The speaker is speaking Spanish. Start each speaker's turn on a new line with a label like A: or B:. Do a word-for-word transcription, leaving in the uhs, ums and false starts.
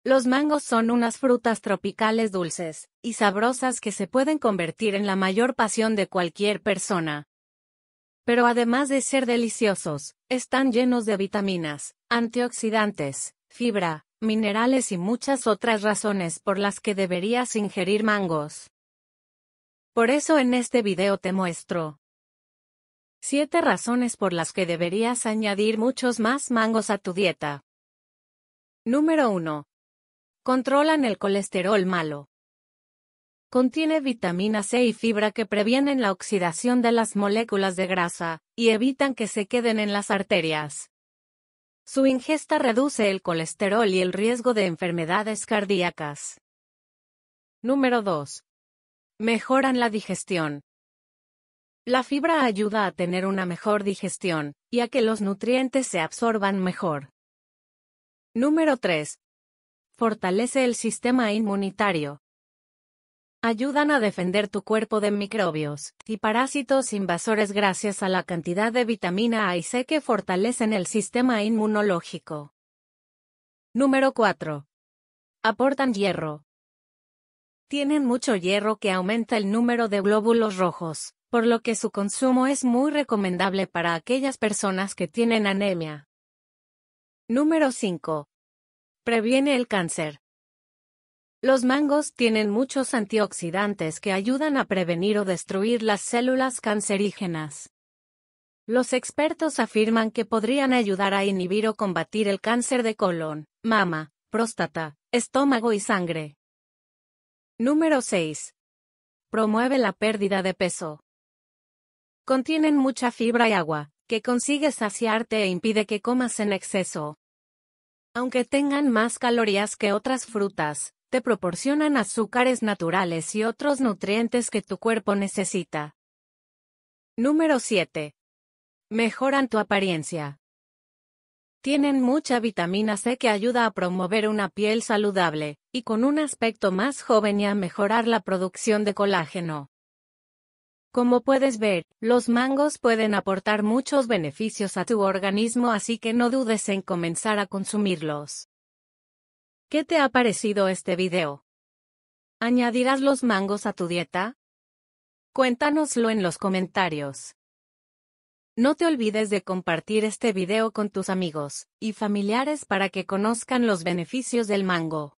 A: Los mangos son unas frutas tropicales dulces y sabrosas que se pueden convertir en la mayor pasión de cualquier persona. Pero además de ser deliciosos, están llenos de vitaminas, antioxidantes, fibra, minerales y muchas otras razones por las que deberías ingerir mangos. Por eso en este video te muestro siete razones por las que deberías añadir muchos más mangos a tu dieta. Número uno. Controlan el colesterol malo. Contiene vitamina C y fibra que previenen la oxidación de las moléculas de grasa y evitan que se queden en las arterias. Su ingesta reduce el colesterol y el riesgo de enfermedades cardíacas. Número dos. Mejoran la digestión. La fibra ayuda a tener una mejor digestión y a que los nutrientes se absorban mejor. Número tres. Fortalece el sistema inmunitario. Ayudan a defender tu cuerpo de microbios y parásitos invasores gracias a la cantidad de vitamina A y C que fortalecen el sistema inmunológico. Número cuatro. Aportan hierro. Tienen mucho hierro que aumenta el número de glóbulos rojos, por lo que su consumo es muy recomendable para aquellas personas que tienen anemia. Número cinco. Previene el cáncer. Los mangos tienen muchos antioxidantes que ayudan a prevenir o destruir las células cancerígenas. Los expertos afirman que podrían ayudar a inhibir o combatir el cáncer de colon, mama, próstata, estómago y sangre. Número seis. Promueve la pérdida de peso. Contienen mucha fibra y agua, que consigue saciarte e impide que comas en exceso. Aunque tengan más calorías que otras frutas, te proporcionan azúcares naturales y otros nutrientes que tu cuerpo necesita. Número siete. Mejoran tu apariencia. Tienen mucha vitamina C que ayuda a promover una piel saludable, y con un aspecto más joven y a mejorar la producción de colágeno. Como puedes ver, los mangos pueden aportar muchos beneficios a tu organismo, así que no dudes en comenzar a consumirlos. ¿Qué te ha parecido este video? ¿Añadirás los mangos a tu dieta? Cuéntanoslo en los comentarios. No te olvides de compartir este video con tus amigos y familiares para que conozcan los beneficios del mango.